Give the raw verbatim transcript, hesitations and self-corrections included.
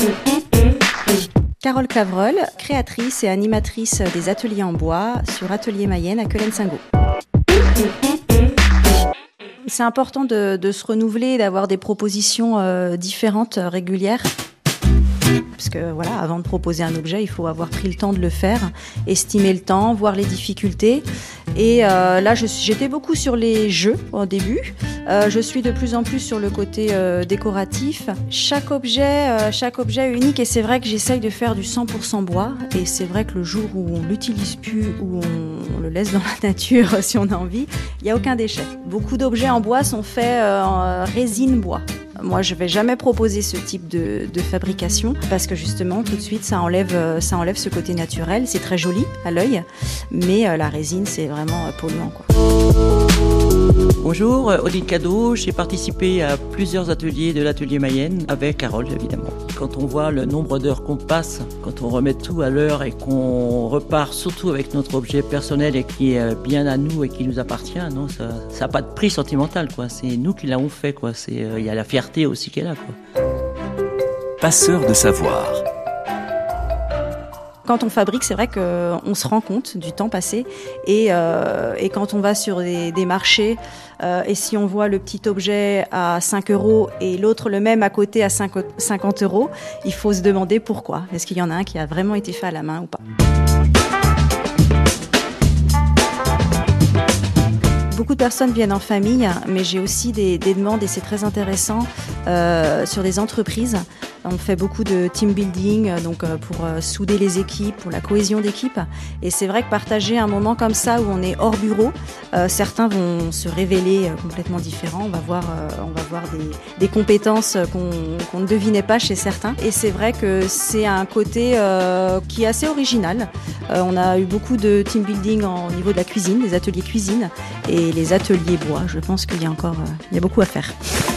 Carole Cavreul, créatrice et animatrice des ateliers en bois sur Atelier Mayenne à Quelen-Saint-Gaud. C'est important de, de se renouveler, d'avoir des propositions euh, différentes, euh, régulières. Parce que voilà, avant de proposer un objet, il faut avoir pris le temps de le faire, estimer le temps, voir les difficultés. Et euh, là, je suis, j'étais beaucoup sur les jeux au début. Euh, je suis de plus en plus sur le côté euh, décoratif. Chaque objet, euh, chaque objet est unique et c'est vrai que j'essaye de faire du cent pour cent bois. Et c'est vrai que le jour où on l'utilise plus, où on, on le laisse dans la nature si on a envie, il n'y a aucun déchet. Beaucoup d'objets en bois sont faits euh, en résine bois. Moi, je vais jamais proposer ce type de, de fabrication parce que justement, tout de suite, ça enlève, ça enlève ce côté naturel. C'est très joli à l'œil, mais euh, la résine, c'est vraiment polluant, quoi. Bonjour, Odile Cadeau. J'ai participé à plusieurs ateliers de l'atelier Mayenne avec Carole, évidemment. Quand on voit le nombre d'heures qu'on passe, quand on remet tout à l'heure et qu'on repart surtout avec notre objet personnel et qui est bien à nous et qui nous appartient, non, ça n'a pas de prix sentimental, quoi. C'est nous qui l'avons fait, quoi. C'est, il euh, y a la fierté aussi qui est là, quoi. Passeur de savoir. Quand on fabrique, c'est vrai qu'on se rend compte du temps passé et, euh, et quand on va sur des, des marchés euh, et si on voit le petit objet à cinq euros et l'autre le même à côté à cinquante euros, il faut se demander pourquoi. Est-ce qu'il y en a un qui a vraiment été fait à la main ou pas ? Beaucoup de personnes viennent en famille, mais j'ai aussi des, des demandes, et c'est très intéressant, euh, sur des entreprises. On fait beaucoup de team building, donc pour euh, souder les équipes, pour la cohésion d'équipe. Et c'est vrai que partager un moment comme ça où on est hors bureau, euh, certains vont se révéler euh, complètement différents. On va voir, euh, on va voir des, des compétences qu'on, qu'on ne devinait pas chez certains. Et c'est vrai que c'est un côté euh, qui est assez original. Euh, on a eu beaucoup de team building en, au niveau de la cuisine, des ateliers cuisine et les ateliers bois. Je pense qu'il y a encore, euh, il y a beaucoup à faire.